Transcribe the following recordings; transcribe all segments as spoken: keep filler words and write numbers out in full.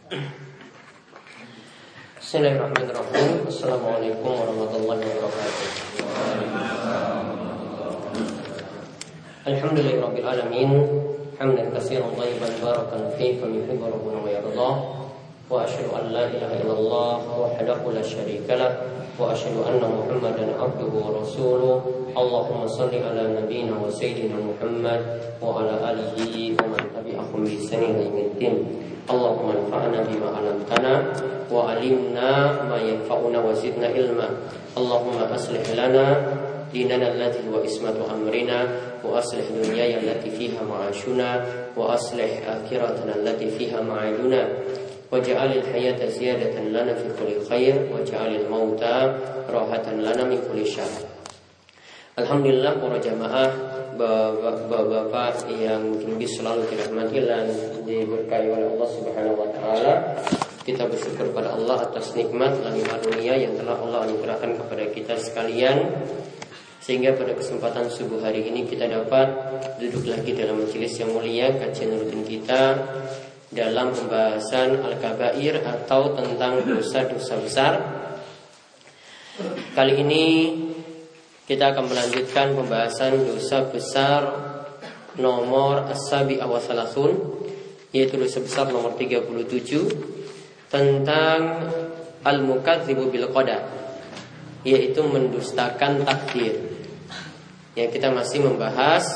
Bismillahirrahmanirrahim. Assalamualaikum warahmatullahi wabarakatuh. Alhamdulillahirabbil alamin. Hamdan katsiran thayyiban barakan fihi kama yuhibbu rabbuna wa yarda. Wa asyhadu an la ilaha illallah wahdahu la syarika lah wa asyhadu anna Muhammadan abduhu wa rasuluh. Allahumma shalli ala nabiyyina wa sayyidina Muhammad wa ala alihi wa man tabi'ahum bi ihsanin ila yaumil. Allahumma anfa'na bima 'allamtana wa 'allimna ma yanfa'una wa zidna ilma. Allahumma aslih lana dinana allati huwa ismatu amrina wa aslih dunyaya allati fiha ma'ashuna wa aslih akhiratana allati fiha ma'aduna waj'alil hayata ziyadatan lana fi kulli khair waj'alil mauta rahatan lana min kulli syarr. Alhamdulillah para jamaah, bapak-bapak yang mungkin selalu dirahmati dan diberkahi oleh Allah Subhanahu wa taala. Kita bersyukur pada Allah atas nikmat dan karunia yang telah Allah anugerahkan kepada kita sekalian, sehingga pada kesempatan subuh hari ini kita dapat duduk lagi dalam majelis yang mulia, kajian rutin kita dalam pembahasan Al-Kabair atau tentang dosa-dosa besar. Kali ini kita akan melanjutkan pembahasan dosa besar nomor as-sabi wa salasun, yaitu dosa besar nomor tiga puluh tujuh tentang al-mukadzibu bil qadar, yaitu mendustakan takdir. Yang kita masih membahas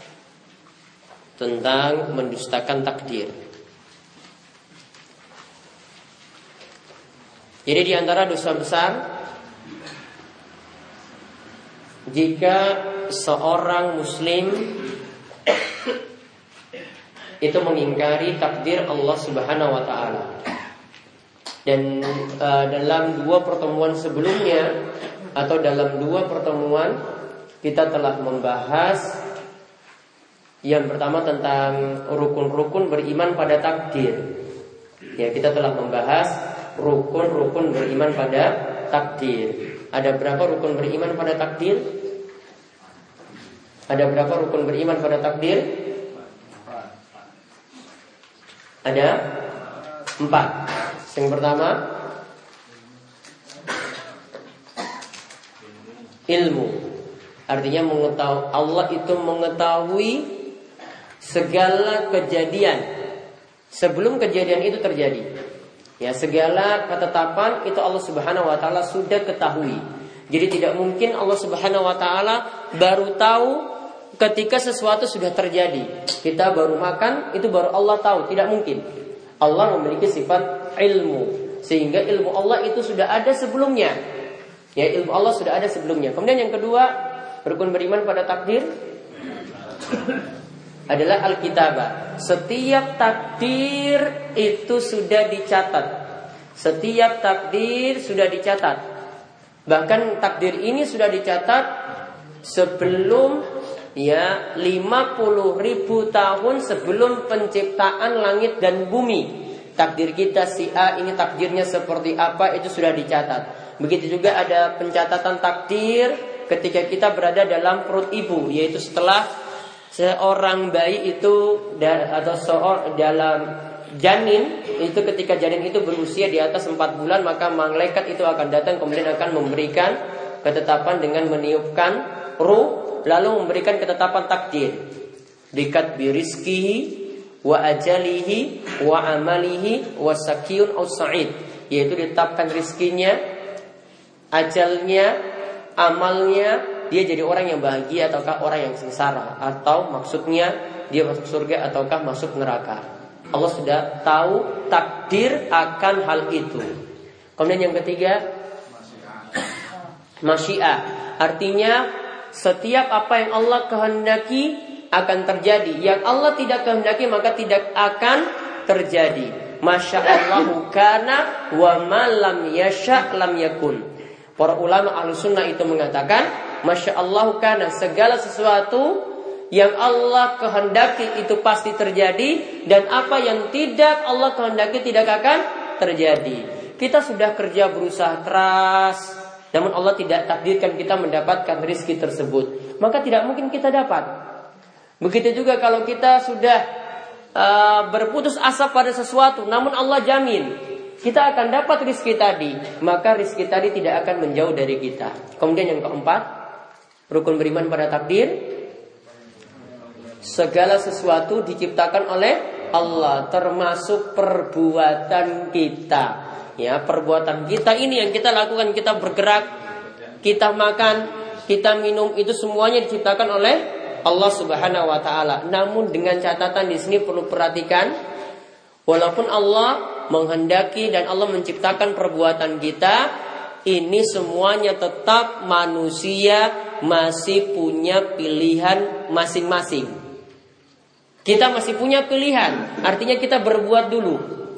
tentang mendustakan takdir. Jadi di antara dosa besar, jika seorang muslim itu mengingkari takdir Allah Subhanahu wa taala. Dan uh, dalam dua pertemuan sebelumnya atau dalam dua pertemuan kita telah membahas yang pertama tentang rukun-rukun beriman pada takdir. Ya, kita telah membahas rukun-rukun beriman pada takdir. Ada berapa rukun beriman pada takdir? Ada berapa rukun beriman pada takdir? Ada empat. Yang pertama, ilmu. Artinya mengetahui, Allah itu mengetahui segala kejadian sebelum kejadian itu terjadi. Ya, segala ketetapan itu Allah Subhanahu wa taala sudah ketahui. Jadi tidak mungkin Allah Subhanahu wa taala baru tahu ketika sesuatu sudah terjadi. Kita baru makan, itu baru Allah tahu, tidak mungkin. Allah memiliki sifat ilmu, sehingga ilmu Allah itu sudah ada sebelumnya. Ya, ilmu Allah sudah ada sebelumnya. Kemudian yang kedua, rukun beriman pada takdir adalah Alkitabah. Setiap takdir itu sudah dicatat. Setiap takdir sudah dicatat. Bahkan takdir ini sudah dicatat sebelum ya lima puluh ribu tahun sebelum penciptaan langit dan bumi. Takdir kita si A ini takdirnya seperti apa, itu sudah dicatat. Begitu juga ada pencatatan takdir ketika kita berada dalam perut ibu, yaitu setelah seorang bayi itu atau seorang dalam janin itu, ketika janin itu berusia di atas empat bulan, maka malaikat itu akan datang kemudian akan memberikan ketetapan dengan meniupkan ruh, lalu memberikan ketetapan takdir. Dikat birizkihi wa ajalihi wa amalihi wa sakiyun aw sa'id, yaitu ditetapkan rizkinya, ajalnya, amalnya, dia jadi orang yang bahagia ataukah orang yang sengsara, atau maksudnya dia masuk surga ataukah masuk neraka. Allah sudah tahu takdir akan hal itu. Kemudian yang ketiga, masyiah. Artinya setiap apa yang Allah kehendaki akan terjadi. Yang Allah tidak kehendaki maka tidak akan terjadi. Masyaallahu kana wa ma lam yasha' lam yakun. Para ulama Ahlussunnah itu mengatakan, masyaallahu kana, segala sesuatu yang Allah kehendaki itu pasti terjadi, dan apa yang tidak Allah kehendaki tidak akan terjadi. Kita sudah kerja berusaha keras, namun Allah tidak takdirkan kita mendapatkan rezeki tersebut, maka tidak mungkin kita dapat. Begitu juga kalau kita sudah uh, berputus asa pada sesuatu, namun Allah jamin kita akan dapat rizki tadi, maka rizki tadi tidak akan menjauh dari kita. Kemudian yang keempat, rukun beriman pada takdir. Segala sesuatu diciptakan oleh Allah, termasuk perbuatan kita. Ya, perbuatan kita ini yang kita lakukan, kita bergerak, kita makan, kita minum, itu semuanya diciptakan oleh Allah Subhanahu wa taala. Namun dengan catatan di sini perlu perhatikan, walaupun Allah menghendaki dan Allah menciptakan perbuatan kita, ini semuanya tetap manusia masih punya pilihan masing-masing. Kita masih punya pilihan, artinya kita berbuat dulu.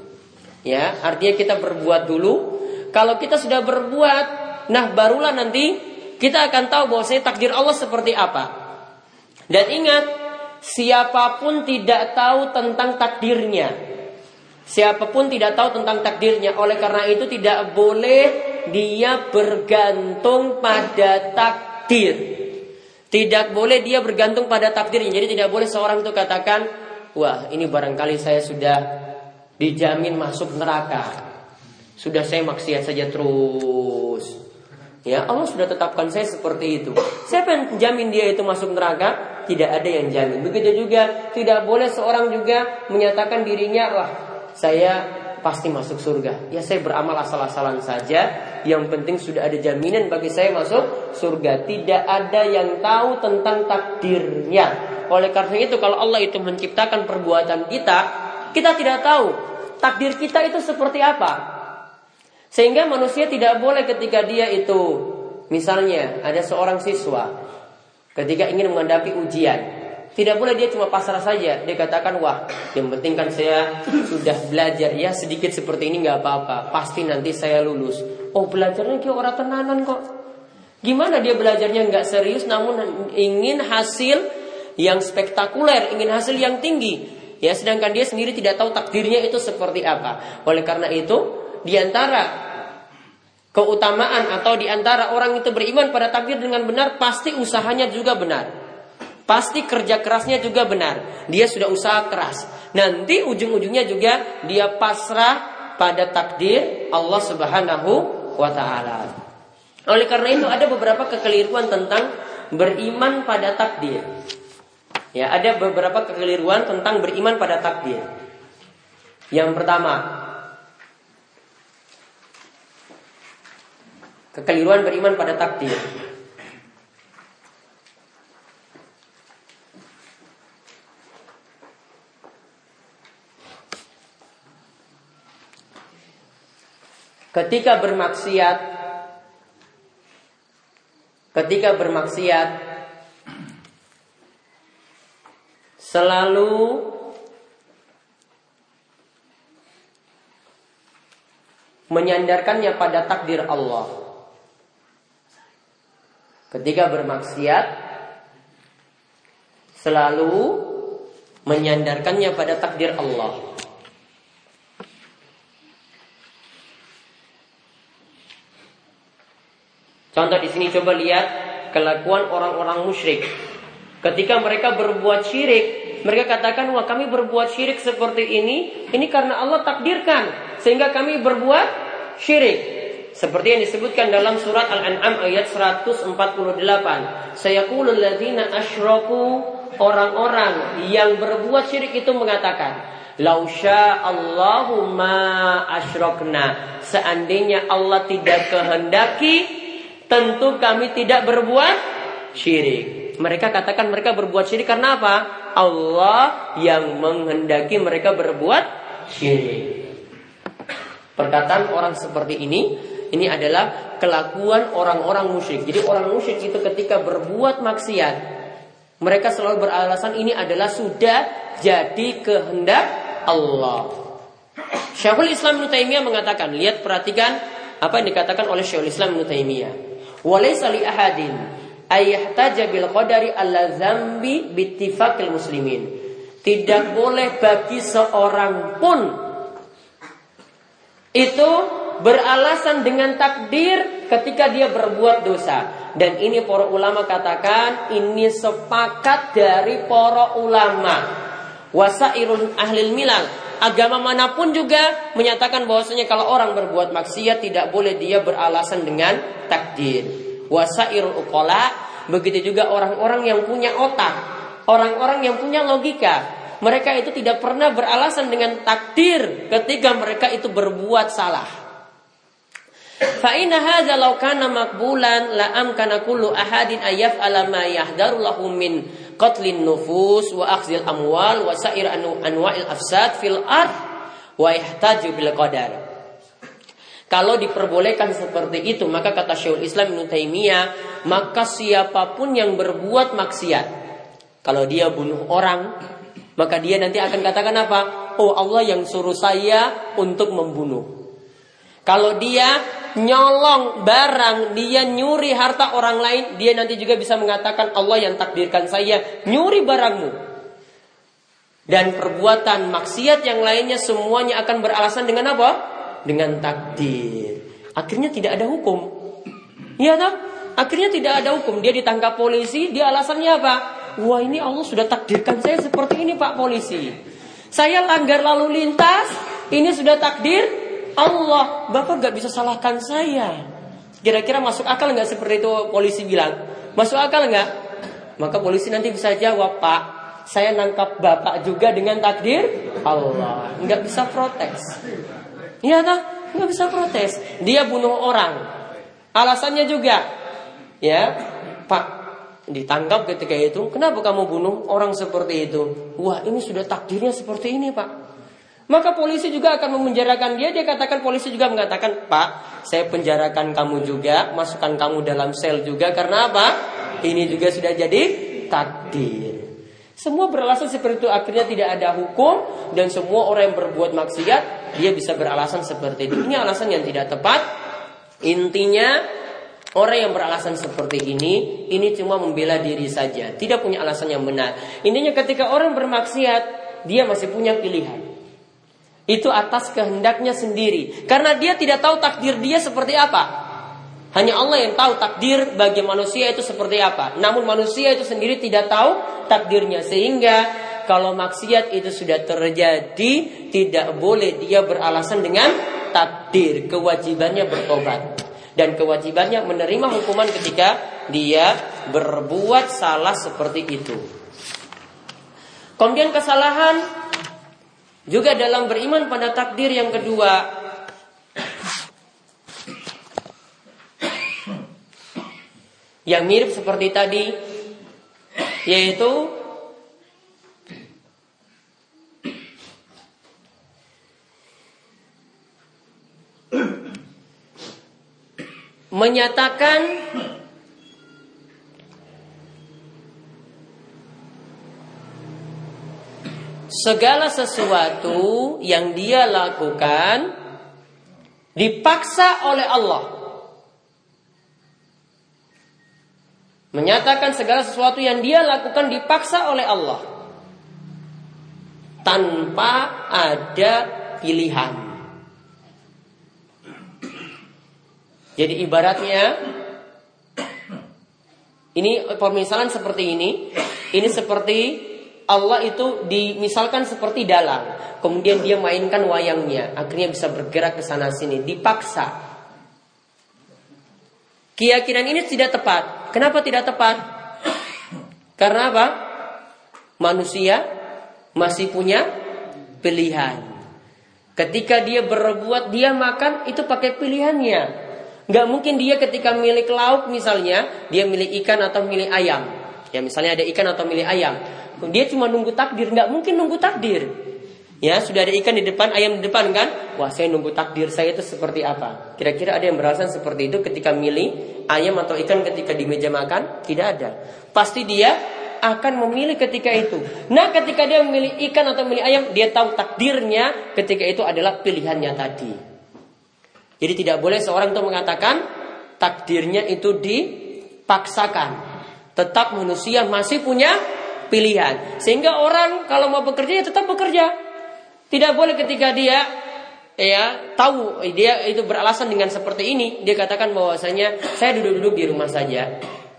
Ya, artinya kita berbuat dulu. Kalau kita sudah berbuat, nah barulah nanti kita akan tahu bahwasanya takdir Allah seperti apa. Dan ingat, siapapun tidak tahu tentang takdirnya. Siapapun tidak tahu tentang takdirnya. Oleh karena itu tidak boleh dia bergantung pada takdir. Tidak boleh dia bergantung pada takdirnya. Jadi tidak boleh seorang itu katakan, wah ini barangkali saya sudah dijamin masuk neraka, sudah saya maksiat saja terus. Ya, Allah sudah tetapkan saya seperti itu. Siapa yang jamin dia itu masuk neraka? Tidak ada yang jamin. Begitu juga tidak boleh seorang juga menyatakan dirinya, wah saya pasti masuk surga. Ya saya beramal asal-asalan saja, yang penting sudah ada jaminan bagi saya masuk surga. Tidak ada yang tahu tentang takdirnya. Oleh karena itu kalau Allah itu menciptakan perbuatan kita, kita tidak tahu takdir kita itu seperti apa. Sehingga manusia tidak boleh ketika dia itu, misalnya ada seorang siswa ketika ingin menghadapi ujian, tidak boleh dia cuma pasrah saja. Dia katakan, wah yang penting kan saya sudah belajar, ya sedikit seperti ini gak apa-apa, pasti nanti saya lulus. Oh belajarnya kayak orang tenanan kok. Gimana dia belajarnya gak serius, namun ingin hasil yang spektakuler, ingin hasil yang tinggi. Ya, sedangkan dia sendiri tidak tahu takdirnya itu seperti apa. Oleh karena itu, di antara keutamaan atau di antara orang itu beriman pada takdir dengan benar, pasti usahanya juga benar. Pasti kerja kerasnya juga benar. Dia sudah usaha keras. Nanti ujung-ujungnya juga dia pasrah pada takdir Allah Subhanahu wa ta'ala. Oleh karena itu ada beberapa kekeliruan tentang beriman pada takdir. Ya, ada beberapa kekeliruan tentang beriman pada takdir. Yang pertama, kekeliruan beriman pada takdir. Ketika bermaksiat, ketika bermaksiat, selalu menyandarkannya pada takdir Allah. Ketika bermaksiat, selalu menyandarkannya pada takdir Allah. Contoh di sini coba lihat kelakuan orang-orang musyrik. Ketika mereka berbuat syirik, mereka katakan, wah kami berbuat syirik seperti ini, ini karena Allah takdirkan sehingga kami berbuat syirik. Seperti yang disebutkan dalam surat Al-An'am ayat seratus empat puluh delapan. Sayaqulul ladzina asyraku, orang-orang yang berbuat syirik itu mengatakan, lau sya'allahu ma asyrakna, seandainya Allah tidak kehendaki, tentu kami tidak berbuat syirik. Mereka katakan mereka berbuat syirik karena apa? Allah yang menghendaki mereka berbuat syirik. Perkataan orang seperti ini, ini adalah kelakuan orang-orang musyrik. Jadi orang musyrik itu ketika berbuat maksiat, mereka selalu beralasan ini adalah sudah jadi kehendak Allah. Syekhul Islam Ibnu Taimiyah mengatakan, lihat perhatikan apa yang dikatakan oleh Syekhul Islam Ibnu Taimiyah. Walaysa li ahadin ayahtaja bil qadari alla dzambi bittifaqil muslimin. Tidak boleh bagi seorang pun itu beralasan dengan takdir ketika dia berbuat dosa. Dan ini para ulama katakan ini sepakat dari para ulama. Wasairul ahlil milal, agama manapun juga menyatakan bahwasanya kalau orang berbuat maksiat tidak boleh dia beralasan dengan takdir. Wasairul uqala, begitu juga orang-orang yang punya otak, orang-orang yang punya logika, mereka itu tidak pernah beralasan dengan takdir ketika mereka itu berbuat salah. Fa inna hadza law kana maqbulan la amkana kullu ahadin ayaf'ala ma yahdaru lahu min qatlin nufus wa akhzil amwal wa sa'ir anwa'il afsad fil ard wa yahtaju bil qadar. Kalau diperbolehkan seperti itu, maka kata Syekhul Islam Ibnu Taimiyah, maka siapapun yang berbuat maksiat, kalau dia bunuh orang, maka dia nanti akan katakan apa? Oh, Allah yang suruh saya untuk membunuh. Kalau dia nyolong barang, dia nyuri harta orang lain, dia nanti juga bisa mengatakan Allah yang takdirkan saya nyuri barangmu. Dan perbuatan maksiat yang lainnya semuanya akan beralasan dengan apa? Dengan takdir. Akhirnya tidak ada hukum. Iya tak? Akhirnya tidak ada hukum. Dia ditangkap polisi, dia alasannya apa? Wah, ini Allah sudah takdirkan saya seperti ini, Pak Polisi. Saya langgar lalu lintas, ini sudah takdir Allah, Bapak gak bisa salahkan saya. Kira-kira masuk akal gak seperti itu polisi bilang? Masuk akal gak? Maka polisi nanti bisa jawab, Pak, saya nangkap Bapak juga dengan takdir Allah. Gak bisa protes. Iya tak? Gak bisa protes. Dia bunuh orang, alasannya juga, ya Pak, ditangkap ketika itu, kenapa kamu bunuh orang seperti itu? Wah, ini sudah takdirnya seperti ini, Pak. Maka polisi juga akan memenjarakan dia. Dia katakan, polisi juga mengatakan, Pak, saya penjarakan kamu juga, masukkan kamu dalam sel juga. Karena apa? Ini juga sudah jadi takdir. Semua beralasan seperti itu. Akhirnya tidak ada hukum. Dan semua orang yang berbuat maksiat, dia bisa beralasan seperti itu. Ini alasan yang tidak tepat. Intinya, orang yang beralasan seperti ini, ini cuma membela diri saja, tidak punya alasan yang benar. Intinya ketika orang bermaksiat, dia masih punya pilihan. Itu atas kehendaknya sendiri. Karena dia tidak tahu takdir dia seperti apa. Hanya Allah yang tahu takdir bagi manusia itu seperti apa. Namun manusia itu sendiri tidak tahu takdirnya. Sehingga kalau maksiat itu sudah terjadi, tidak boleh dia beralasan dengan takdir. Kewajibannya bertobat. Dan kewajibannya menerima hukuman ketika dia berbuat salah seperti itu. Kemudian kesalahan juga dalam beriman pada takdir yang kedua, yang mirip seperti tadi, yaitu menyatakan segala sesuatu yang dia lakukan dipaksa oleh Allah. Menyatakan segala sesuatu yang dia lakukan dipaksa oleh Allah, tanpa ada pilihan. Jadi ibaratnya, ini permisalan seperti ini. Ini seperti Allah itu dimisalkan seperti dalang, kemudian dia mainkan wayangnya, akhirnya bisa bergerak ke sana sini, dipaksa. Keyakinan ini tidak tepat. Kenapa tidak tepat? Karena apa? Manusia masih punya pilihan. Ketika dia berbuat, dia makan, itu pakai pilihannya. Gak mungkin dia ketika milik lauk misalnya, dia milik ikan atau milik ayam. Ya misalnya ada ikan atau milik ayam, dia cuma nunggu takdir, nggak mungkin nunggu takdir. Ya sudah ada ikan di depan, ayam di depan kan? Wah, saya nunggu takdir saya itu seperti apa? Kira-kira ada yang beralasan seperti itu ketika milih ayam atau ikan ketika di meja makan? Tidak ada. Pasti dia akan memilih ketika itu. Nah, ketika dia memilih ikan atau memilih ayam, dia tahu takdirnya ketika itu adalah pilihannya tadi. Jadi tidak boleh seorang itu mengatakan takdirnya itu dipaksakan. Tetap manusia masih punya pilihan. Sehingga orang kalau mau bekerja ya tetap bekerja. Tidak boleh ketika dia ya tahu dia itu beralasan dengan seperti ini, dia katakan bahwasanya saya duduk-duduk di rumah saja.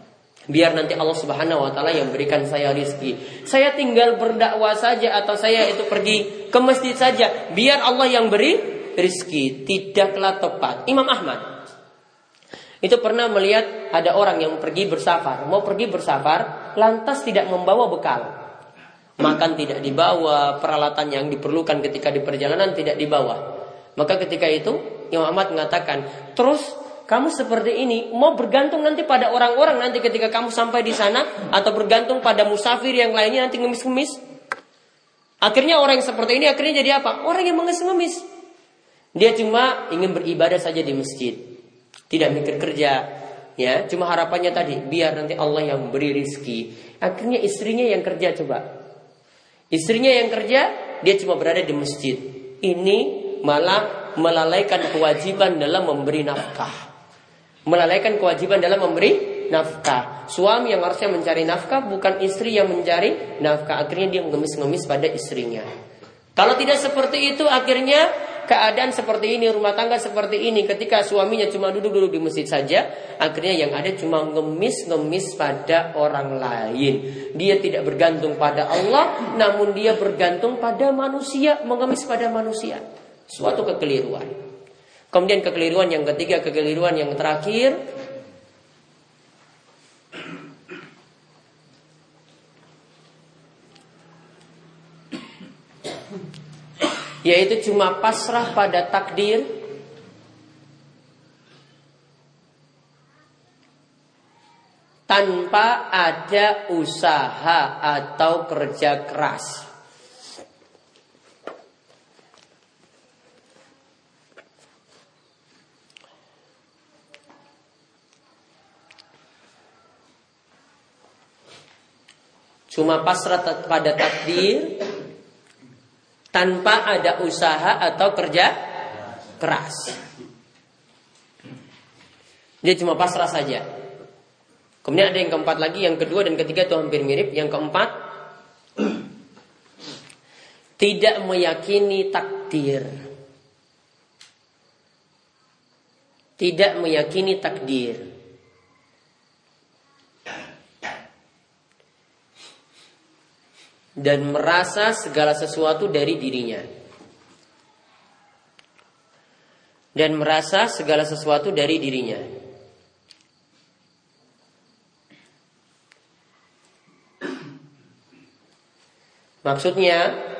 Biar nanti Allah Subhanahu wa taala yang berikan saya rizki. Saya tinggal berdakwah saja atau saya itu pergi ke masjid saja, biar Allah yang beri rizki. Tidaklah tepat. Imam Ahmad itu pernah melihat ada orang yang pergi bersafar, mau pergi bersafar, lantas tidak membawa bekal. Makan tidak dibawa, peralatan yang diperlukan ketika di perjalanan tidak dibawa. Maka ketika itu Imam Ahmad mengatakan, terus kamu seperti ini mau bergantung nanti pada orang-orang nanti ketika kamu sampai di sana, atau bergantung pada musafir yang lainnya nanti ngemis-ngemis. Akhirnya orang yang seperti ini akhirnya jadi apa? Orang yang mengemis-ngemis. Dia cuma ingin beribadah saja di masjid, tidak mikir kerja, ya. Cuma harapannya tadi biar nanti Allah yang beri rizki. Akhirnya istrinya yang kerja coba. Istrinya yang kerja, dia cuma berada di masjid. Ini malah melalaikan kewajiban dalam memberi nafkah. Melalaikan kewajiban dalam memberi nafkah. Suami yang harusnya mencari nafkah, bukan istri yang mencari nafkah. Akhirnya dia ngemis-ngemis pada istrinya. Kalau tidak seperti itu, akhirnya keadaan seperti ini, rumah tangga seperti ini, ketika suaminya cuma duduk-duduk di masjid saja, akhirnya yang ada cuma ngemis-ngemis pada orang lain. Dia tidak bergantung pada Allah, namun dia bergantung pada manusia, mengemis pada manusia. Suatu kekeliruan. Kemudian kekeliruan yang ketiga, kekeliruan yang terakhir, yaitu cuma pasrah pada takdir tanpa ada usaha atau kerja keras. Cuma pasrah pada takdir tanpa ada usaha atau kerja keras. Dia cuma pasrah saja. Kemudian ada yang keempat lagi, yang kedua dan ketiga itu hampir mirip. Yang keempat, tidak meyakini takdir. Tidak meyakini takdir. Dan merasa segala sesuatu dari dirinya. Dan merasa segala sesuatu dari dirinya. Maksudnya,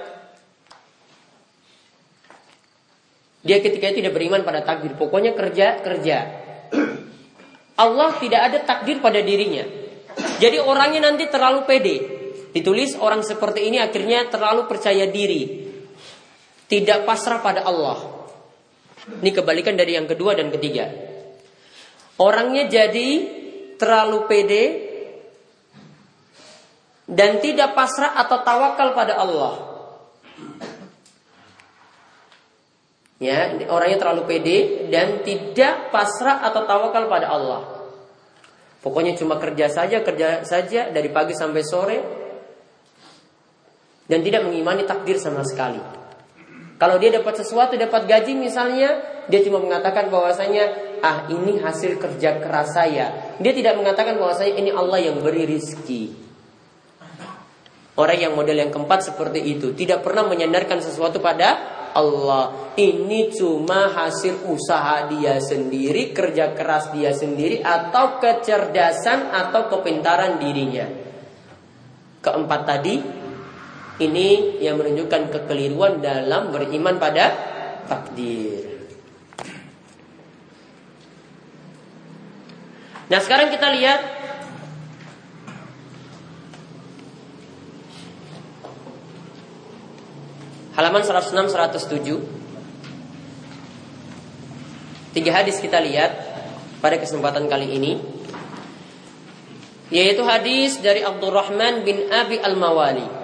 dia ketika itu tidak beriman pada takdir. Pokoknya kerja, kerja. Allah tidak ada takdir pada dirinya. Jadi orangnya nanti terlalu pede. Ditulis orang seperti ini akhirnya terlalu percaya diri, tidak pasrah pada Allah. Ini kebalikan dari yang kedua dan ketiga. Orangnya jadi terlalu pede dan tidak pasrah atau tawakal pada Allah. Ya, orangnya terlalu pede dan tidak pasrah atau tawakal pada Allah. Pokoknya cuma kerja saja, kerja saja dari pagi sampai sore. Dan tidak mengimani takdir sama sekali. Kalau dia dapat sesuatu, dapat gaji misalnya, dia cuma mengatakan bahwasanya, ah ini hasil kerja keras saya. Dia tidak mengatakan bahwasanya ini Allah yang beri rizki. Orang yang model yang keempat seperti itu, tidak pernah menyandarkan sesuatu pada Allah. Ini cuma hasil usaha dia sendiri, kerja keras dia sendiri, atau kecerdasan atau kepintaran dirinya. Keempat tadi, ini yang menunjukkan kekeliruan dalam beriman pada takdir. Nah sekarang kita lihat halaman seratus enam seratus tujuh. Tiga hadis kita lihat pada kesempatan kali ini, yaitu hadis dari Abdurrahman bin Abi Al-Mawali.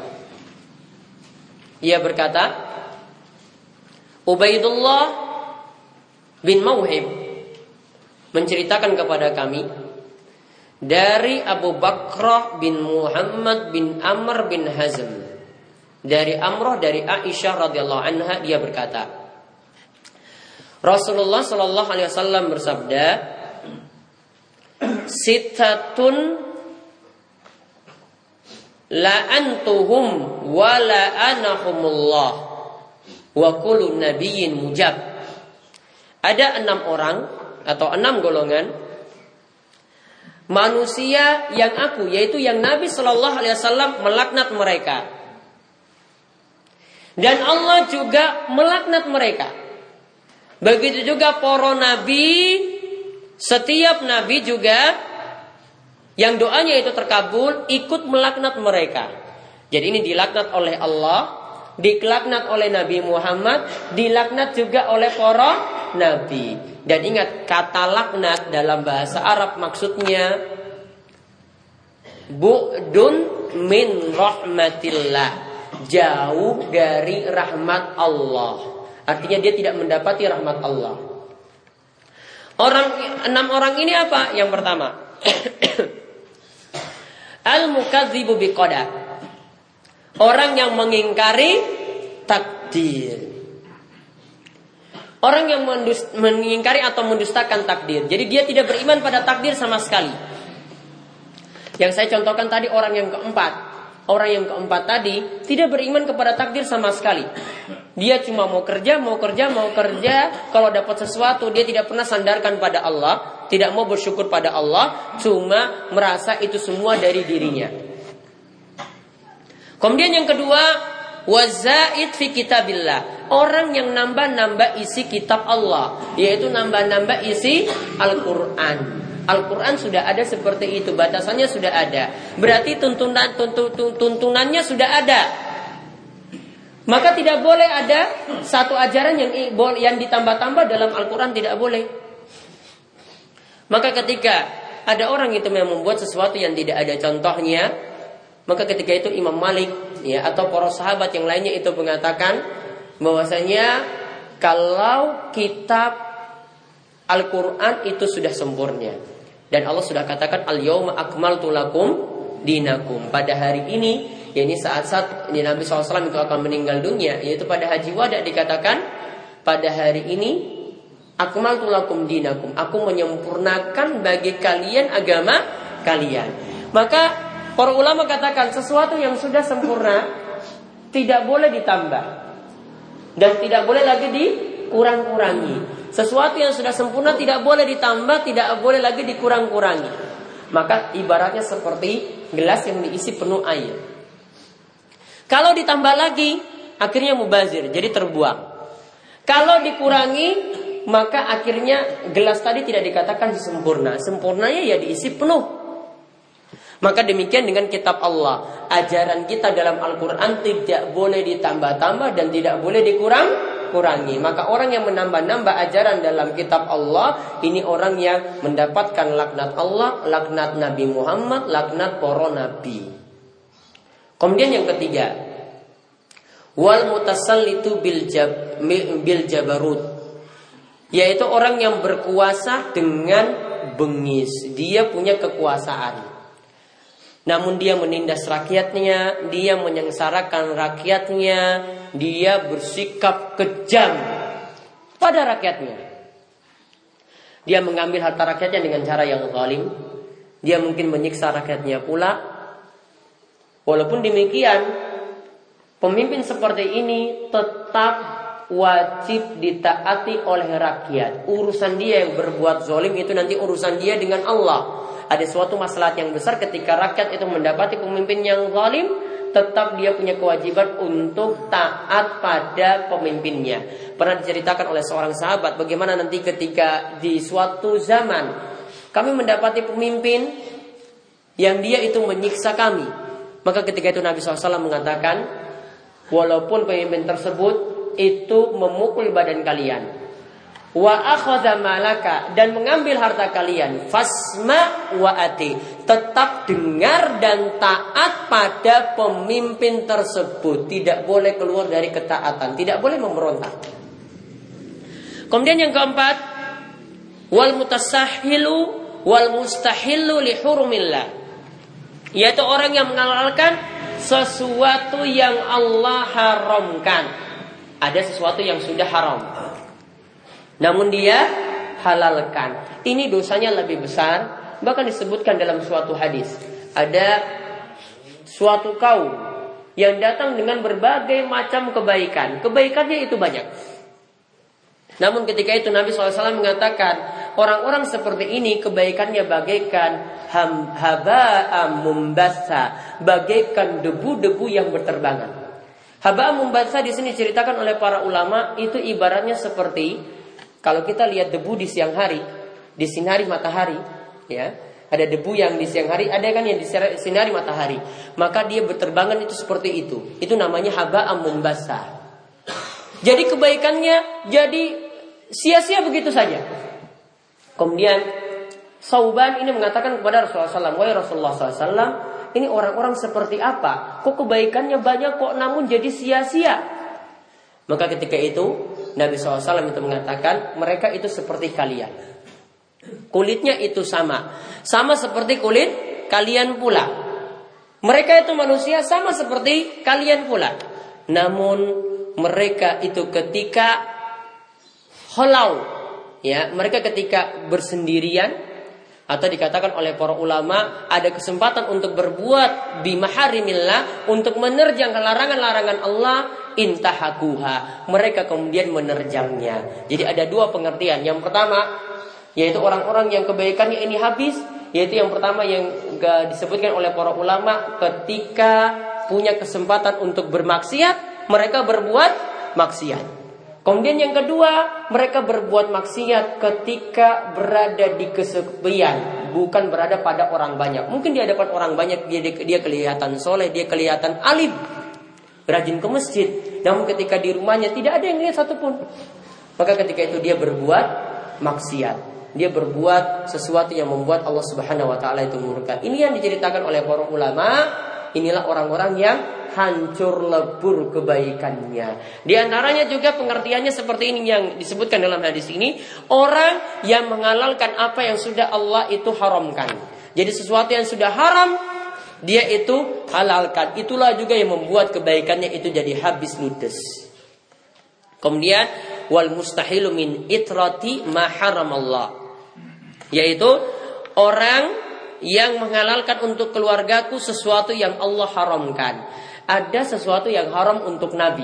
Ia berkata, Ubaidullah bin Mauhib menceritakan kepada kami dari Abu Bakrah bin Muhammad bin Amr bin Hazm, dari Amrah dari Aisyah radhiyallahu anha, dia berkata, Rasulullah sallallahu alaihi wasallam bersabda, Sittatun la'antuhum wa la'anahumullah wa kullu nabiyyin mujab. Ada enam orang atau enam golongan manusia yang aku, yaitu yang Nabi Shallallahu Alaihi Wasallam melaknat mereka, dan Allah juga melaknat mereka. Begitu juga para nabi, setiap nabi juga yang doanya itu terkabul ikut melaknat mereka. Jadi ini dilaknat oleh Allah, dilaknat oleh Nabi Muhammad, dilaknat juga oleh para nabi. Dan ingat, kata laknat dalam bahasa Arab maksudnya bu'dun min rahmatillah, jauh dari rahmat Allah. Artinya dia tidak mendapati rahmat Allah. Orang enam orang ini apa? Yang pertama, al-mukadzibu biqadar, orang yang mengingkari takdir. Orang yang mengingkari atau mendustakan takdir. Jadi dia tidak beriman pada takdir sama sekali. Yang saya contohkan tadi orang yang keempat. Orang yang keempat tadi tidak beriman kepada takdir sama sekali. Dia cuma mau kerja, mau kerja, mau kerja. Kalau dapat sesuatu dia tidak pernah sandarkan pada Allah, tidak mau bersyukur pada Allah, cuma merasa itu semua dari dirinya. Kemudian yang kedua, wazaid fi kitabillah, orang yang nambah-nambah isi kitab Allah, yaitu nambah-nambah isi Al-Quran. Al-Quran sudah ada seperti itu, batasannya sudah ada. Berarti tuntunan tuntun, tuntunannya sudah ada. Maka tidak boleh ada satu ajaran yang yang ditambah-tambah dalam Al-Quran, tidak boleh. Maka ketika ada orang itu yang membuat sesuatu yang tidak ada contohnya, maka ketika itu Imam Malik ya atau para sahabat yang lainnya itu mengatakan bahwasanya kalau kitab Al-Quran itu sudah sempurna. Dan Allah sudah katakan al-yauma akmaltu lakum dinakum. Pada hari ini, yakni saat-saat ini Nabi shallallahu alaihi wasallam itu akan meninggal dunia, yaitu pada Haji Wada dikatakan pada hari ini akmaltu lakum dinakum, aku menyempurnakan bagi kalian agama kalian. Maka para ulama katakan sesuatu yang sudah sempurna tidak boleh ditambah dan tidak boleh lagi dikurang-kurangi. Sesuatu yang sudah sempurna tidak boleh ditambah, tidak boleh lagi dikurang-kurangi. Maka ibaratnya seperti gelas yang diisi penuh air. Kalau ditambah lagi, akhirnya mubazir, jadi terbuang. Kalau dikurangi, maka akhirnya gelas tadi tidak dikatakan sempurna. Sempurnanya ya diisi penuh. Maka demikian dengan kitab Allah. Ajaran kita dalam Al-Quran tidak boleh ditambah-tambah dan tidak boleh dikurang kurangi. Maka orang yang menambah-nambah ajaran dalam kitab Allah, ini orang yang mendapatkan laknat Allah, laknat Nabi Muhammad, laknat para nabi. Kemudian yang ketiga, wal mutasallitu bil jab, bil jabarut, yaitu orang yang berkuasa dengan bengis. Dia punya kekuasaan, namun dia menindas rakyatnya, dia menyengsarakan rakyatnya, dia bersikap kejam pada rakyatnya. Dia mengambil harta rakyatnya dengan cara yang zalim. Dia mungkin menyiksa rakyatnya pula. Walaupun demikian, pemimpin seperti ini tetap wajib ditaati oleh rakyat. Urusan dia yang berbuat zalim itu nanti urusan dia dengan Allah. Ada suatu masalah yang besar ketika rakyat itu mendapati pemimpin yang zalim, tetap dia punya kewajiban untuk taat pada pemimpinnya. Pernah diceritakan oleh seorang sahabat bagaimana nanti ketika di suatu zaman kami mendapati pemimpin yang dia itu menyiksa kami. Maka ketika itu Nabi shallallahu alaihi wasallam mengatakan, walaupun pemimpin tersebut itu memukul badan kalian, wa akhadha malaka, dan mengambil harta kalian, fasma wa ati, tetap dengar dan taat pada pemimpin tersebut. Tidak boleh keluar dari ketaatan, tidak boleh memberontak. Kemudian yang keempat, wal mutasahilu wal mustahilu li hurumillah, yaitu orang yang menghalalkan sesuatu yang Allah haramkan. Ada sesuatu yang sudah haram, namun dia halalkan. Ini dosanya lebih besar. Bahkan disebutkan dalam suatu hadis, ada suatu kaum yang datang dengan berbagai macam kebaikan. Kebaikannya itu banyak. Namun ketika itu Nabi shallallahu alaihi wasallam mengatakan, orang-orang seperti ini kebaikannya bagaikan haba'am mumbassa, bagaikan debu-debu yang berterbangan. Haba'am mumbassa di sini diceritakan oleh para ulama itu ibaratnya seperti kalau kita lihat debu di siang hari, di sinari matahari, ya. Ada debu yang di siang hari, ada kan yang di sinari matahari. Maka dia berterbangan itu seperti itu. Itu namanya haba'am mumbassa. Jadi kebaikannya jadi sia-sia begitu saja. Kemudian Sauban ini mengatakan kepada Rasulullah shallallahu alaihi wasallam, "Wahai Rasulullah shallallahu alaihi wasallam, ini orang-orang seperti apa? Kok kebaikannya banyak kok namun jadi sia-sia?" Maka ketika itu Nabi shallallahu alaihi wasallam itu mengatakan, mereka itu seperti kalian. Kulitnya itu sama, sama seperti kulit kalian pula. Mereka itu manusia sama seperti kalian pula. Namun mereka itu ketika Holau, ya, mereka ketika bersendirian atau dikatakan oleh para ulama ada kesempatan untuk berbuat bimaharimillah, untuk menerjang larangan-larangan Allah, intahakuha, mereka kemudian menerjangnya. Jadi ada dua pengertian. Yang pertama yaitu orang-orang yang kebaikannya ini habis, yaitu yang pertama yang disebutkan oleh para ulama, ketika punya kesempatan untuk bermaksiat mereka berbuat maksiat. Kemudian yang kedua, mereka berbuat maksiat ketika berada di kesepian, bukan berada pada orang banyak. Mungkin di hadapan orang banyak dia dia kelihatan soleh, dia kelihatan alim, rajin ke masjid. Namun ketika di rumahnya tidak ada yang lihat satupun. Maka ketika itu dia berbuat maksiat. Dia berbuat sesuatu yang membuat Allah Subhanahu wa taala itu murka. Ini yang diceritakan oleh para ulama. Inilah orang-orang yang hancur lebur kebaikannya. Di antaranya juga pengertiannya seperti ini yang disebutkan dalam hadis ini, orang yang menghalalkan apa yang sudah Allah itu haramkan. Jadi sesuatu yang sudah haram dia itu halalkan. Itulah juga yang membuat kebaikannya itu jadi habis ludes. Kemudian wal mustahilu min itrati ma haramallah, yaitu orang yang menghalalkan untuk keluargaku sesuatu yang Allah haramkan. Ada sesuatu yang haram untuk Nabi.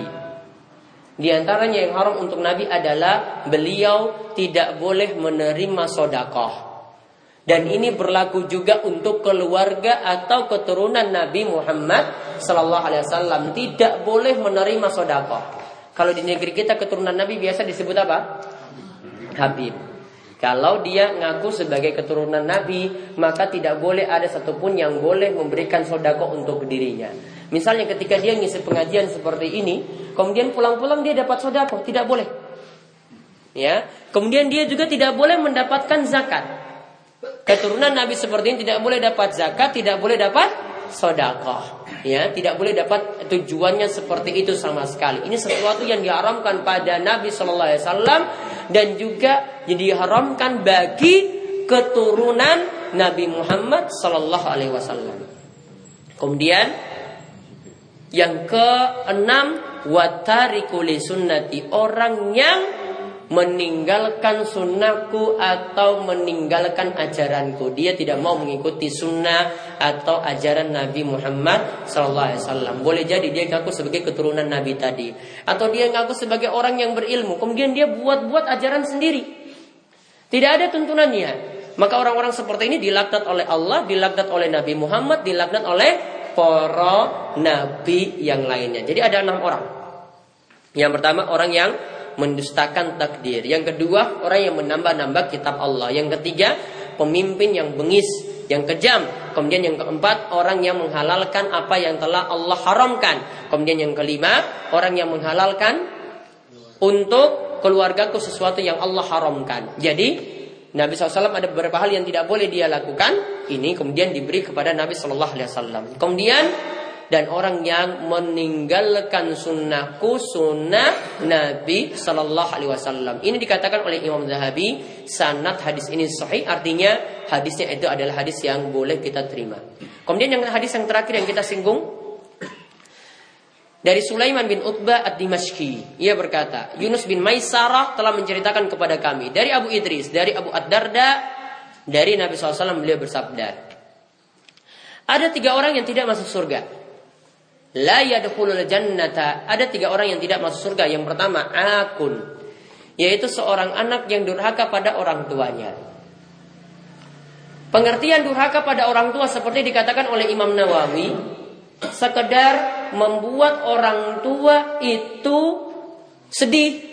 Di antaranya yang haram untuk Nabi adalah beliau tidak boleh menerima sedekah. Dan ini berlaku juga untuk keluarga atau keturunan Nabi Muhammad sallallahu alaihi wasallam, tidak boleh menerima sedekah. Kalau di negeri kita keturunan Nabi biasa disebut apa? Habib. Kalau dia ngaku sebagai keturunan Nabi, maka tidak boleh ada satupun yang boleh memberikan sedekah untuk dirinya. Misalnya ketika dia ngisi pengajian seperti ini, kemudian pulang-pulang dia dapat sedekah, tidak boleh. Ya, kemudian dia juga tidak boleh mendapatkan zakat. Keturunan Nabi seperti ini tidak boleh dapat zakat, tidak boleh dapat sedekah. Ya, tidak boleh dapat, tujuannya seperti itu sama sekali. Ini sesuatu yang diharamkan pada Nabi sallallahu alaihi wasallam dan juga diharamkan bagi keturunan Nabi Muhammad sallallahu alaihi wasallam. Kemudian yang keenam, watariku li sunnati, orang yang meninggalkan sunnahku atau meninggalkan ajaranku. Dia tidak mau mengikuti sunnah atau ajaran Nabi Muhammad sallallahu alaihi wasallam. Boleh jadi dia ngaku sebagai keturunan Nabi tadi, atau dia ngaku sebagai orang yang berilmu, kemudian dia buat-buat ajaran sendiri, tidak ada tuntunannya. Maka orang-orang seperti ini dilaknat oleh Allah, dilaknat oleh Nabi Muhammad, dilaknat oleh para nabi yang lainnya. Jadi ada enam orang. Yang pertama, orang yang mendustakan takdir. Yang kedua, orang yang menambah-nambah kitab Allah. Yang ketiga, pemimpin yang bengis, yang kejam. Kemudian yang keempat, orang yang menghalalkan apa yang telah Allah haramkan. Kemudian yang kelima, orang yang menghalalkan untuk keluargaku sesuatu yang Allah haramkan. Jadi Nabi shallallahu alaihi wasallam ada beberapa hal yang tidak boleh dia lakukan. Ini kemudian diberi kepada Nabi shallallahu alaihi wasallam. Kemudian, dan orang yang meninggalkan sunnahku, sunnah Nabi sallallahu alaihi wasallam. Ini dikatakan oleh Imam Zahabi, sanad hadis ini sahih, artinya hadisnya itu adalah hadis yang boleh kita terima. Kemudian yang hadis yang terakhir yang kita singgung dari Sulaiman bin Utbah ad-Dimashqi. Ia berkata, Yunus bin Maisarah telah menceritakan kepada kami dari Abu Idris, dari Abu Ad-Darda, dari Nabi sallallahu alaihi wasallam, beliau bersabda, ada tiga orang yang tidak masuk surga. la yadkhulul jannata. Ada tiga orang yang tidak masuk surga. Yang pertama, akun, yaitu seorang anak yang durhaka pada orang tuanya. Pengertian durhaka pada orang tua seperti dikatakan oleh Imam Nawawi, sekedar membuat orang tua itu sedih.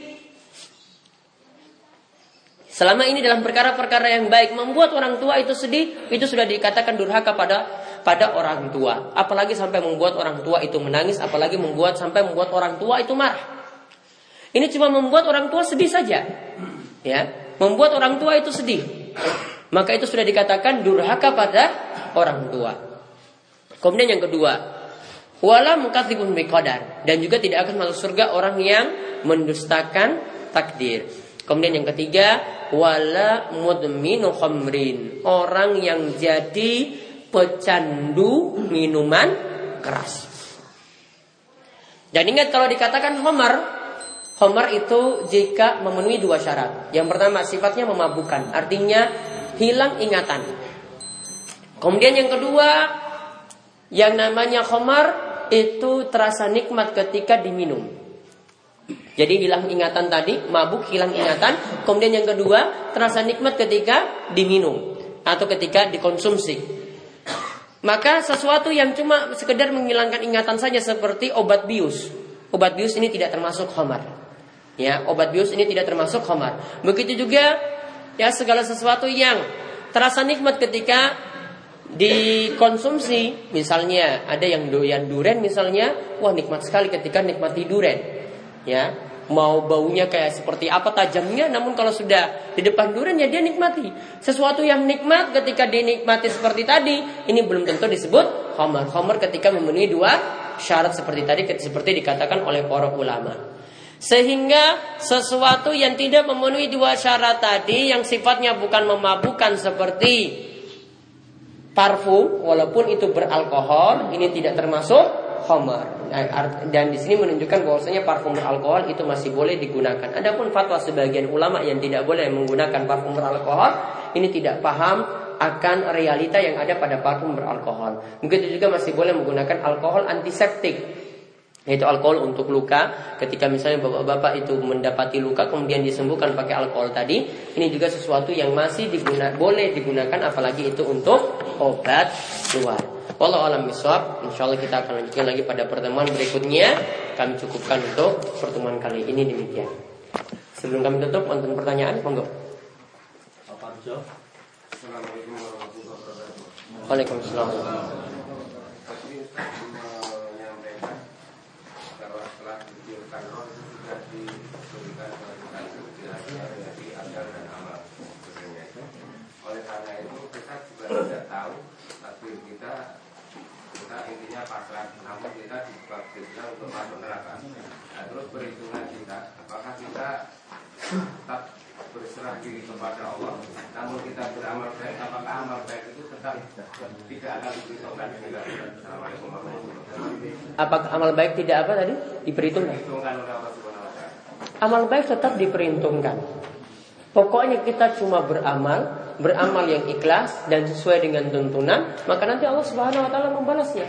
Selama ini dalam perkara-perkara yang baik, membuat orang tua itu sedih, itu sudah dikatakan durhaka pada pada orang tua. Apalagi sampai membuat orang tua itu menangis, apalagi membuat sampai membuat orang tua itu marah. Ini cuma membuat orang tua sedih saja, ya, membuat orang tua itu sedih. Maka itu sudah dikatakan durhaka pada orang tua. Kemudian yang kedua, wala mukadzibun biqadar, dan juga tidak akan masuk surga orang yang mendustakan takdir. Kemudian yang ketiga, wala mudminu khamrin, orang yang jadi pecandu minuman keras. Dan ingat kalau dikatakan khamar, khamar itu jika memenuhi dua syarat. Yang pertama sifatnya memabukkan, artinya hilang ingatan. Kemudian yang kedua, yang namanya khamar itu terasa nikmat ketika diminum. Jadi hilang ingatan tadi, mabuk, hilang ingatan. Kemudian yang kedua, terasa nikmat ketika diminum atau ketika dikonsumsi. Maka sesuatu yang cuma sekedar menghilangkan ingatan saja seperti obat bius. Obat bius ini tidak termasuk khamar. Ya, obat bius ini tidak termasuk khamar. Begitu juga ya segala sesuatu yang terasa nikmat ketika dikonsumsi. Misalnya ada yang doyan duren misalnya, wah nikmat sekali ketika nikmati duren. Ya, mau baunya kayak seperti apa tajamnya, namun kalau sudah di depan durian ya dia nikmati. Sesuatu yang nikmat ketika dinikmati seperti tadi, ini belum tentu disebut khamar. Khamar ketika memenuhi dua syarat seperti tadi, seperti dikatakan oleh para ulama. Sehingga sesuatu yang tidak memenuhi dua syarat tadi, yang sifatnya bukan memabukkan seperti parfum, walaupun itu beralkohol, ini tidak termasuk khamar. Dan di sini menunjukkan bahwasanya parfum beralkohol itu masih boleh digunakan. Adapun fatwa sebagian ulama yang tidak boleh menggunakan parfum beralkohol, ini tidak paham akan realita yang ada pada parfum beralkohol. Begitu juga masih boleh menggunakan alkohol antiseptik, yaitu alkohol untuk luka. Ketika misalnya bapak-bapak itu mendapati luka kemudian disembuhkan pakai alkohol tadi, ini juga sesuatu yang masih diguna, boleh digunakan, apalagi itu untuk obat luar. Wallahu a'lam bishawab. Insyaallah kita akan lanjutkan lagi pada pertemuan berikutnya. Kami cukupkan untuk pertemuan kali ini demikian. Sebelum kami tutup, untuk pertanyaan, monggo. Assalamualaikum warahmatullahi wabarakatuh. Waalaikumsalam. Tadi menyampaikan bahwa setelah diberikan roh itu sudah diberikan kelanjutan dari akal dan amal sebenarnya. Oleh karena itu kita juga tidak tahu takdir kita. Kita intinya pasrah, namun kita ditakdirkan untuk masuk neraka. Nah, terus perhitungan kita, apakah kita tetap berserah diri kepada Allah, namun kita beramal baik, apakah amal baik itu tetap tidak akan diperhitungkan? Assalamualaikum warahmatullahi wabarakatuh. Apakah amal baik tidak apa tadi? Diperhitungkan. Diperhitungkan oleh Allah Subhanahu wa taala. Amal baik tetap diperhitungkan. Pokoknya kita cuma beramal, beramal yang ikhlas dan sesuai dengan tuntunan, maka nanti Allah Subhanahu wa taala membalasnya.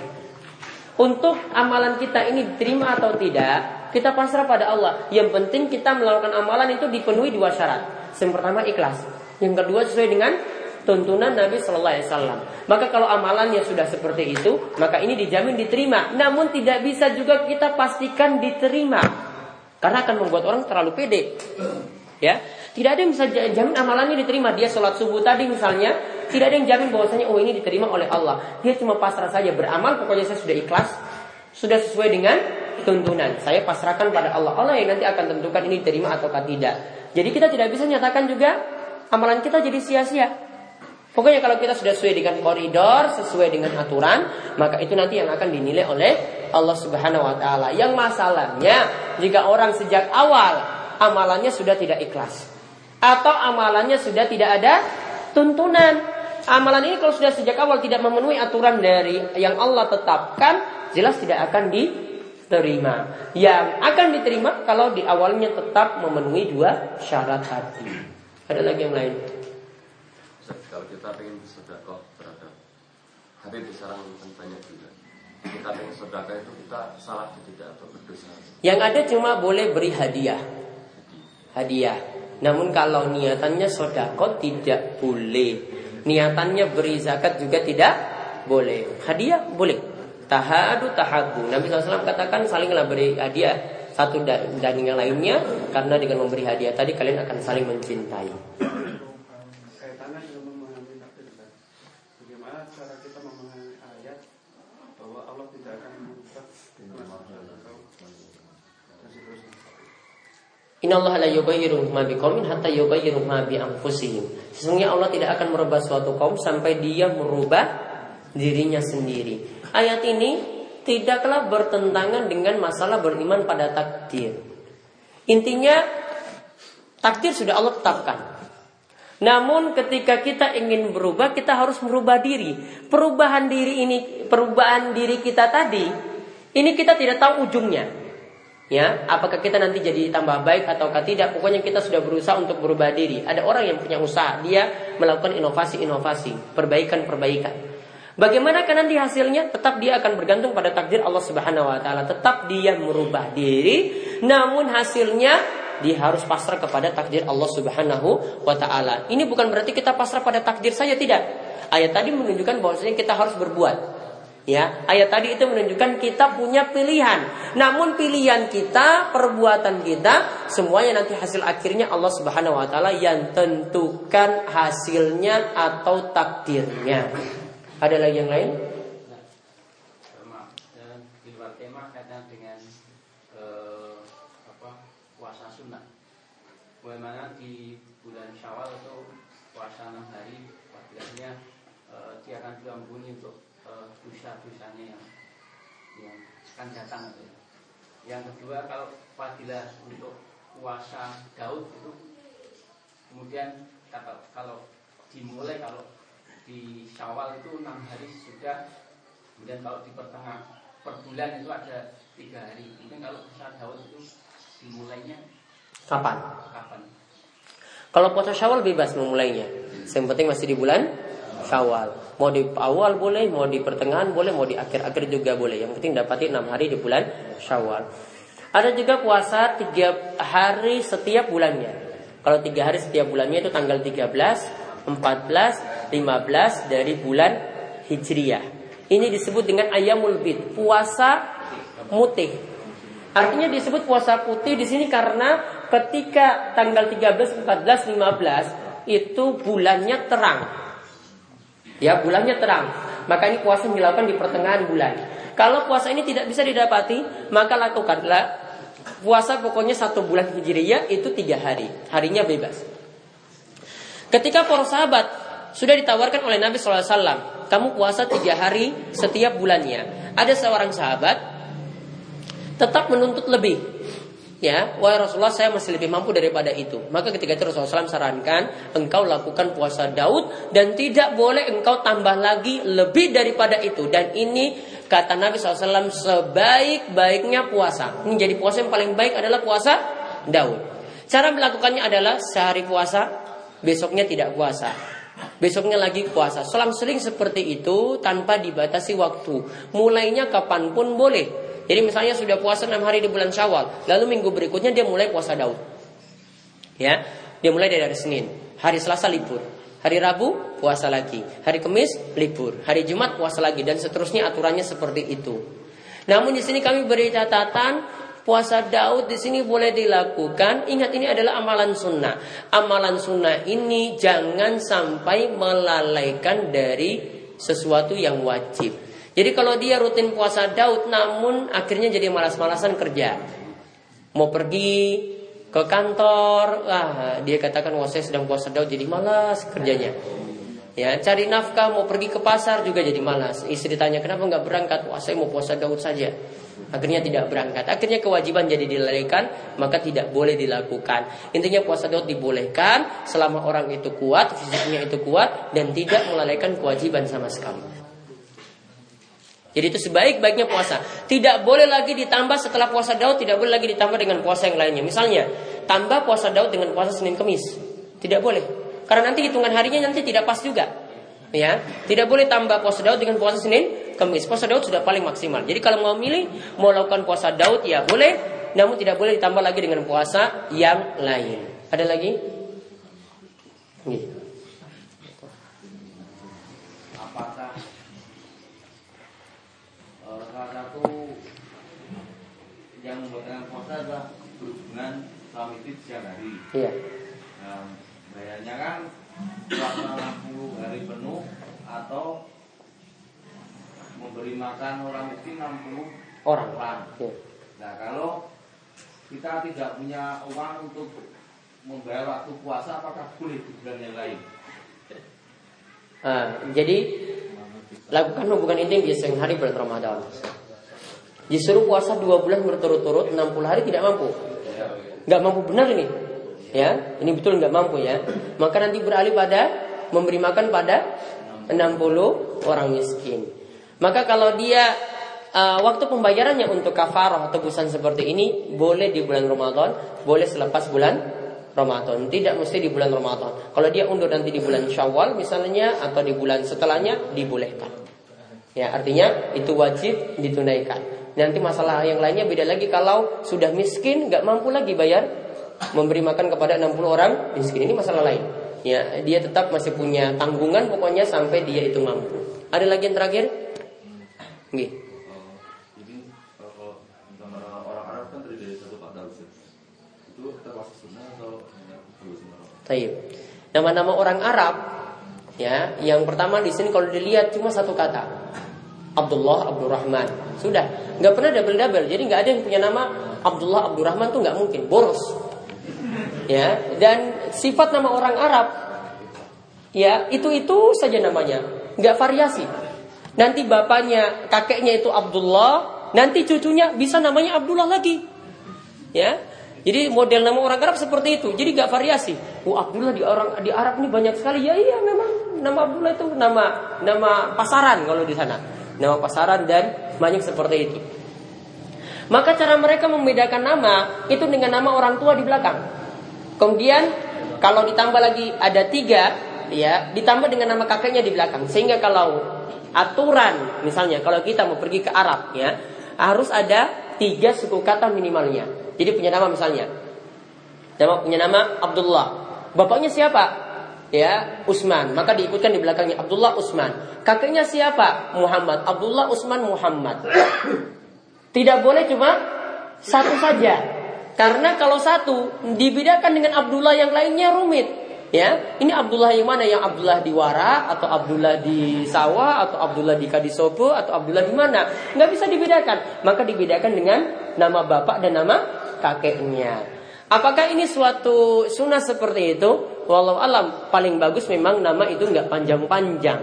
Untuk amalan kita ini diterima atau tidak, kita pasrah pada Allah. Yang penting kita melakukan amalan itu dipenuhi dua syarat. Yang pertama ikhlas, yang kedua sesuai dengan tuntunan Nabi sallallahu alaihi wasallam. Maka kalau amalannya sudah seperti itu, maka ini dijamin diterima. Namun tidak bisa juga kita pastikan diterima, karena akan membuat orang terlalu pede. Ya, tidak ada yang bisa jamin amalannya diterima. Dia sholat subuh tadi misalnya, tidak ada yang jamin bahwasanya oh ini diterima oleh Allah. Dia cuma pasrah saja beramal, pokoknya saya sudah ikhlas, sudah sesuai dengan tuntunan. Saya pasrahkan pada Allah. Allah yang nanti akan tentukan ini diterima atau tidak. Jadi kita tidak bisa nyatakan juga amalan kita jadi sia-sia. Pokoknya kalau kita sudah sesuai dengan koridor, sesuai dengan aturan, maka itu nanti yang akan dinilai oleh Allah Subhanahu wa taala. Yang masalahnya jika orang sejak awal amalannya sudah tidak ikhlas, atau amalannya sudah tidak ada tuntunan. Amalan ini kalau sudah sejak awal tidak memenuhi aturan dari yang Allah tetapkan, jelas tidak akan diterima. Yang akan diterima kalau di awalnya tetap memenuhi dua syarat tadi. Ada lagi yang lain? Kalau kita ingin bersedekah terhadap Habib sekarang kan banyak juga. kita ingin sedekah itu kita salah tidak atau berdosa? Yang ada cuma boleh beri hadiah. Hadiah. Namun kalau niatannya sedekah tidak boleh. Niatannya beri zakat juga tidak boleh. Hadiah boleh. Tahadu tahabu. Nabi shallallahu alaihi wasallam katakan salinglah beri hadiah satu dan yang lainnya, karena dengan memberi hadiah tadi kalian akan saling mencintai. Kaitannya dengan memahami takdir, bagaimana cara kita memahami ayat bahwa Allah tidak akan mengubah Innallaha la yughayyiru ma biqaumin hatta yughayyiru ma bi anfusihim. Sesungguhnya Allah tidak akan merubah suatu kaum sampai dia merubah dirinya sendiri. Ayat ini tidaklah bertentangan dengan masalah beriman pada takdir. Intinya takdir sudah Allah tetapkan. Namun ketika kita ingin berubah, kita harus merubah diri. Perubahan diri ini, perubahan diri kita tadi, ini kita tidak tahu ujungnya. Ya, apakah kita nanti jadi tambah baik ataukah tidak? Pokoknya kita sudah berusaha untuk berubah diri. Ada orang yang punya usaha, dia melakukan inovasi-inovasi, perbaikan-perbaikan. Bagaimana kan nanti hasilnya? Tetap dia akan bergantung pada takdir Allah Subhanahu wa taala. Tetap dia merubah diri, namun hasilnya dia harus pasrah kepada takdir Allah Subhanahu wa taala. Ini bukan berarti kita pasrah pada takdir saja, tidak. Ayat tadi menunjukkan bahwasanya kita harus berbuat. Ya, ayat tadi itu menunjukkan kita punya pilihan. Namun pilihan kita, perbuatan kita, semuanya nanti hasil akhirnya Allah Subhanahu wa taala yang tentukan hasilnya atau takdirnya. Ada lagi yang lain? Nah, di luar tema kaitan dengan eh, apa, puasa sunnah. Bagaimana di bulan Syawal itu puasa enam hari, fadilahnya eh, dia akan diampuni untuk eh, dosa-dosanya yang yang akan datang. Ya. Yang kedua, kalau fadilah untuk puasa Daud itu kemudian kata, kalau dimulai kalau di Syawal itu enam hari sudah, kemudian kalau di pertengahan per bulan itu ada tiga hari. Mungkin kalau puasa Daud itu dimulainya kapan? Kapan? Kalau puasa Syawal bebas memulainya. Yang penting masih di bulan Syawal. Mau di awal boleh, mau di pertengahan boleh, mau di akhir-akhir juga boleh. Yang penting dapati enam hari di bulan Syawal. Ada juga puasa tiga hari setiap bulannya. Kalau tiga hari setiap bulannya itu tanggal tiga belas, empat belas, lima belas dari bulan Hijriyah. Ini disebut dengan Ayyamul Bid, puasa putih. Artinya disebut puasa putih di sini karena ketika tanggal tiga belas, empat belas, lima belas itu bulannya terang. Ya, bulannya terang. Maka ini puasa dilakukan di pertengahan bulan. Kalau puasa ini tidak bisa didapati, maka lakukanlah puasa pokoknya satu bulan Hijriyah itu tiga hari. Harinya bebas. Ketika para sahabat sudah ditawarkan oleh Nabi shallallahu alaihi wasallam, kamu puasa tiga hari setiap bulannya. Ada seorang sahabat tetap menuntut lebih. Ya, wahai Rasulullah, saya masih lebih mampu daripada itu. Maka ketika itu Rasulullah shallallahu alaihi wasallam sarankan, engkau lakukan puasa Daud dan tidak boleh engkau tambah lagi lebih daripada itu. Dan ini kata Nabi shallallahu alaihi wasallam sebaik-baiknya puasa. Ini jadi puasa yang paling baik adalah puasa Daud. Cara melakukannya adalah sehari puasa, besoknya tidak puasa, besoknya lagi puasa. Selang-seling seperti itu tanpa dibatasi waktu. Mulainya kapanpun boleh. Jadi misalnya sudah puasa enam hari di bulan Syawal, lalu minggu berikutnya dia mulai puasa Daud. Ya, dia mulai dari hari Senin. Hari Selasa libur, hari Rabu puasa lagi, hari Kamis libur, hari Jumat puasa lagi, dan seterusnya aturannya seperti itu. Namun di sini kami beri catatan, puasa Daud di sini boleh dilakukan. Ingat, ini adalah amalan sunnah. Amalan sunnah ini jangan sampai melalaikan dari sesuatu yang wajib. Jadi kalau dia rutin puasa Daud, namun akhirnya jadi malas-malasan kerja, mau pergi ke kantor, ah, dia katakan, wah saya sedang puasa Daud jadi malas kerjanya. Ya, cari nafkah, mau pergi ke pasar juga jadi malas. Istri tanya, kenapa nggak berangkat? Wah saya mau puasa Daud saja. Akhirnya tidak berangkat. Akhirnya kewajiban jadi dilalaikan, maka tidak boleh dilakukan. Intinya puasa Daud dibolehkan selama orang itu kuat, fisiknya itu kuat, dan tidak melalaikan kewajiban sama sekali. Jadi itu sebaik-baiknya puasa. Tidak boleh lagi ditambah setelah puasa Daud, tidak boleh lagi ditambah dengan puasa yang lainnya. Misalnya, tambah puasa Daud dengan puasa Senin Kemis. Tidak boleh. Karena nanti hitungan harinya nanti tidak pas juga. Ya, tidak boleh tambah puasa Daud dengan puasa Senin Kamis. Puasa Daud sudah paling maksimal. Jadi kalau mau milih, mau lakukan puasa Daud ya boleh, namun tidak boleh ditambah lagi dengan puasa yang lain. Ada lagi? Nih. Apakah uh, salah satu yang membuatkan puasa adalah berhubungan suami istri siang hari? Iya. Nah, bayarnya kan puasa enam puluh hari penuh atau memberi makan orang miskin enam puluh Orang. orang. Iya. Nah, kalau kita tidak punya uang untuk membayar waktu puasa, apakah boleh di bulan yang lain? Nah, jadi lakukan hubungan intim di siang hari bulan Ramadan. Disuruh puasa dua bulan berturut-turut enam puluh hari tidak mampu. Nggak mampu benar ini. Ya, ini betul nggak mampu ya. Maka nanti beralih pada memberi makan pada enam puluh orang miskin. Maka kalau dia uh, waktu pembayarannya untuk kafarah atau tebusan seperti ini boleh di bulan Ramadan, boleh selepas bulan Ramadan, tidak mesti di bulan Ramadan. Kalau dia undur nanti di bulan Syawal misalnya atau di bulan setelahnya dibolehkan. Ya, artinya itu wajib ditunaikan. Nanti masalah yang lainnya beda lagi kalau sudah miskin nggak mampu lagi bayar memberi makan kepada enam puluh orang miskin, ini masalah lain. Ya, dia tetap masih punya tanggungan pokoknya sampai dia itu mampu. Ada lagi yang terakhir? Nggih. Uh, jadi kalau uh, orang Arab kan terdiri dari satu kata Daud. Itu termasuk sunnah atau hanya perlu sunnah? Taib. Nama-nama orang Arab, ya, yang pertama di sini kalau dilihat cuma satu kata, Abdullah, Abdurrahman. Sudah, nggak pernah double-double. Jadi nggak ada yang punya nama Abdullah, Abdurrahman tuh nggak mungkin, boros. Ya, dan sifat nama orang Arab, ya itu itu saja namanya, nggak variasi. Nanti bapaknya, kakeknya itu Abdullah, nanti cucunya bisa namanya Abdullah lagi. Ya, jadi model nama orang Arab seperti itu. Jadi nggak variasi. Oh, Abdullah di orang di Arab ini banyak sekali. Ya iya memang nama Abdullah itu nama nama pasaran kalau di sana. Nama pasaran dan banyak seperti itu. Maka cara mereka membedakan nama itu dengan nama orang tua di belakang. Kemudian kalau ditambah lagi ada tiga, ya ditambah dengan nama kakeknya di belakang. Sehingga kalau aturan misalnya kalau kita mau pergi ke Arab, ya harus ada tiga suku kata minimalnya. Jadi punya nama misalnya, nama punya nama Abdullah. Bapaknya siapa? Ya Utsman. Maka diikutkan di belakangnya Abdullah Utsman. Kakeknya siapa? Muhammad. Abdullah Utsman Muhammad. Tidak boleh cuma satu saja. Karena kalau satu dibedakan dengan Abdullah yang lainnya rumit. Ya, ini Abdullah yang mana? Yang Abdullah di Wara atau Abdullah di Sawah atau Abdullah di Kadisobo atau Abdullah di mana? Nggak bisa dibedakan. Maka dibedakan dengan nama bapak dan nama kakeknya. Apakah ini suatu sunnah seperti itu? Wallahu alam. Paling bagus memang nama itu nggak panjang-panjang.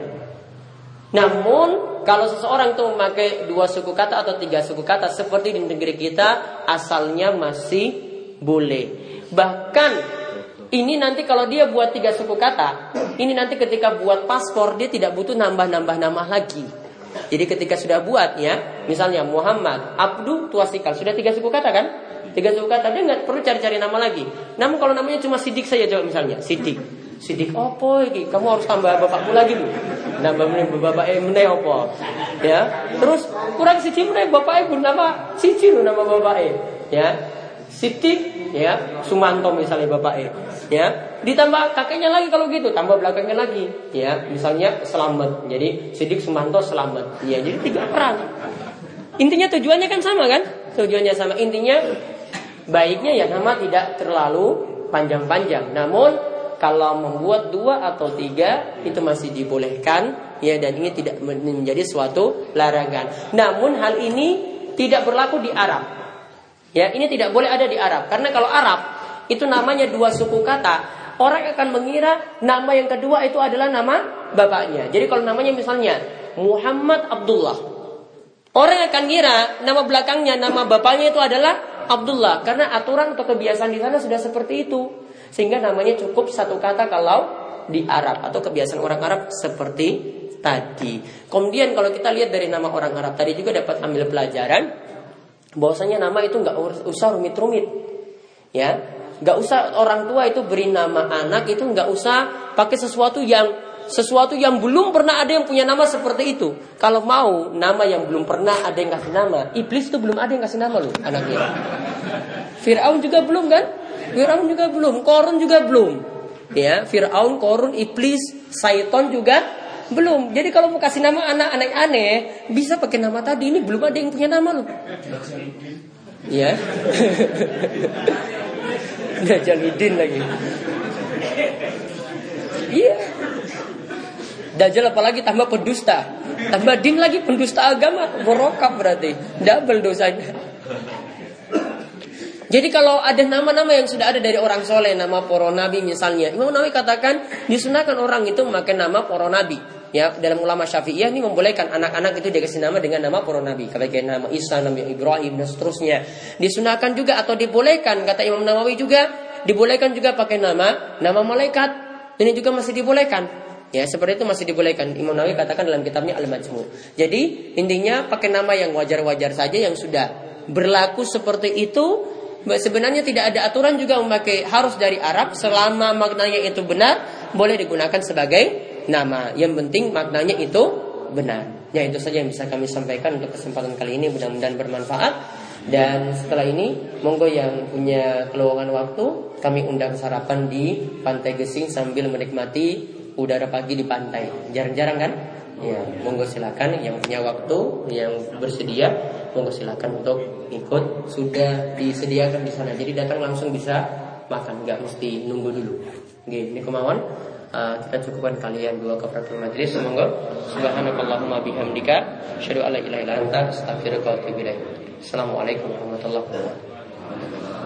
Namun kalau seseorang itu memakai dua suku kata atau tiga suku kata seperti di negeri kita, asalnya masih boleh. Bahkan ini nanti kalau dia buat tiga suku kata, ini nanti ketika buat paspor dia tidak butuh nambah-nambah nama lagi. Jadi ketika sudah buat ya, misalnya Muhammad, Abdu, Tuasikal, sudah tiga suku kata kan? Tiga suku kata, dia nggak perlu cari-cari nama lagi. Namun kalau namanya cuma Sidik saja coba misalnya, Sidik. Sidik opo iki? Kamu harus tambah bapakmu lagi lu. Nambah meneh bapak e meneh opo? Ya. Terus kurang siji meneh bapak e pun nama siji lu nama bapak e. Ya. Sidik ya, Sumanto misalnya bapak e. Ya. Ditambah kakeknya lagi kalau gitu, tambah belakangnya lagi. Ya, misalnya Selamat. Jadi Sidik Sumanto Selamat. Ya, jadi tiga orang. Intinya tujuannya kan sama kan? Tujuannya sama. Intinya baiknya ya nama tidak terlalu panjang-panjang. Namun kalau membuat dua atau tiga itu masih dibolehkan ya, dan ini tidak menjadi suatu larangan. Namun hal ini tidak berlaku di Arab. Ya, ini tidak boleh ada di Arab. Karena kalau Arab itu namanya dua suku kata, orang akan mengira nama yang kedua itu adalah nama bapaknya. Jadi kalau namanya misalnya Muhammad Abdullah, orang akan kira nama belakangnya nama bapaknya itu adalah Abdullah, karena aturan atau kebiasaan di sana sudah seperti itu. Sehingga namanya cukup satu kata kalau di Arab, atau kebiasaan orang Arab seperti tadi. Kemudian kalau kita lihat dari nama orang Arab tadi juga dapat ambil pelajaran bahwasanya nama itu nggak usah rumit-rumit, ya, nggak usah orang tua itu beri nama anak itu nggak usah pakai sesuatu yang sesuatu yang belum pernah ada yang punya nama seperti itu. Kalau mau nama yang belum pernah ada yang kasih nama, iblis itu belum ada yang kasih nama loh anaknya. Fir'aun juga belum kan? Fir'aun juga belum, Korun juga belum. Ya, Fir'aun, Korun, iblis, Syaiton juga belum. Jadi kalau mau kasih nama anak aneh-aneh, bisa pakai nama tadi. Ini belum ada yang punya nama loh. Ya. Dajaludin lagi. Iya. Dajjal apalagi tambah pendusta. Tambah din lagi pendusta agama. Borokap berarti. Double dosanya. Jadi kalau ada nama-nama yang sudah ada dari orang soleh, nama para nabi misalnya, Imam Nawawi katakan disunahkan orang itu memakai nama para nabi. Ya, dalam ulama Syafi'iyah ini membolehkan anak-anak itu dikasih nama dengan nama para nabi, kayak nama Isa, Nabi Ibrahim dan seterusnya. Disunahkan juga atau dibolehkan, kata Imam Nawawi juga, dibolehkan juga pakai nama nama malaikat. Ini juga masih dibolehkan. Ya, seperti itu masih dibolehkan. Imam Nawawi katakan dalam kitabnya Al-Majmu'. Jadi, intinya pakai nama yang wajar-wajar saja yang sudah berlaku seperti itu. Sebenarnya tidak ada aturan juga memakai harus dari Arab selama maknanya itu benar, boleh digunakan sebagai nama. Yang penting maknanya itu benar. Ya, itu saja yang bisa kami sampaikan untuk kesempatan kali ini, mudah-mudahan bermanfaat. Dan setelah ini monggo yang punya keluangan waktu, kami undang sarapan di Pantai Gesing sambil menikmati udara pagi di pantai. Jarang-jarang kan? Ya, monggo silakan yang punya waktu, yang bersedia, monggo silakan untuk ikut. Sudah disediakan di sana. Jadi datang langsung bisa makan, nggak mesti nunggu dulu. Oke, ini kemauan. Uh, kita cukupkan kalian dua kafaratul majlis. Semoga subhanakallahumma bihamdika asyhadu an la ilaha illa anta astaghfiruka wa atubu ilaik. Assalamualaikum warahmatullahi wabarakatuh.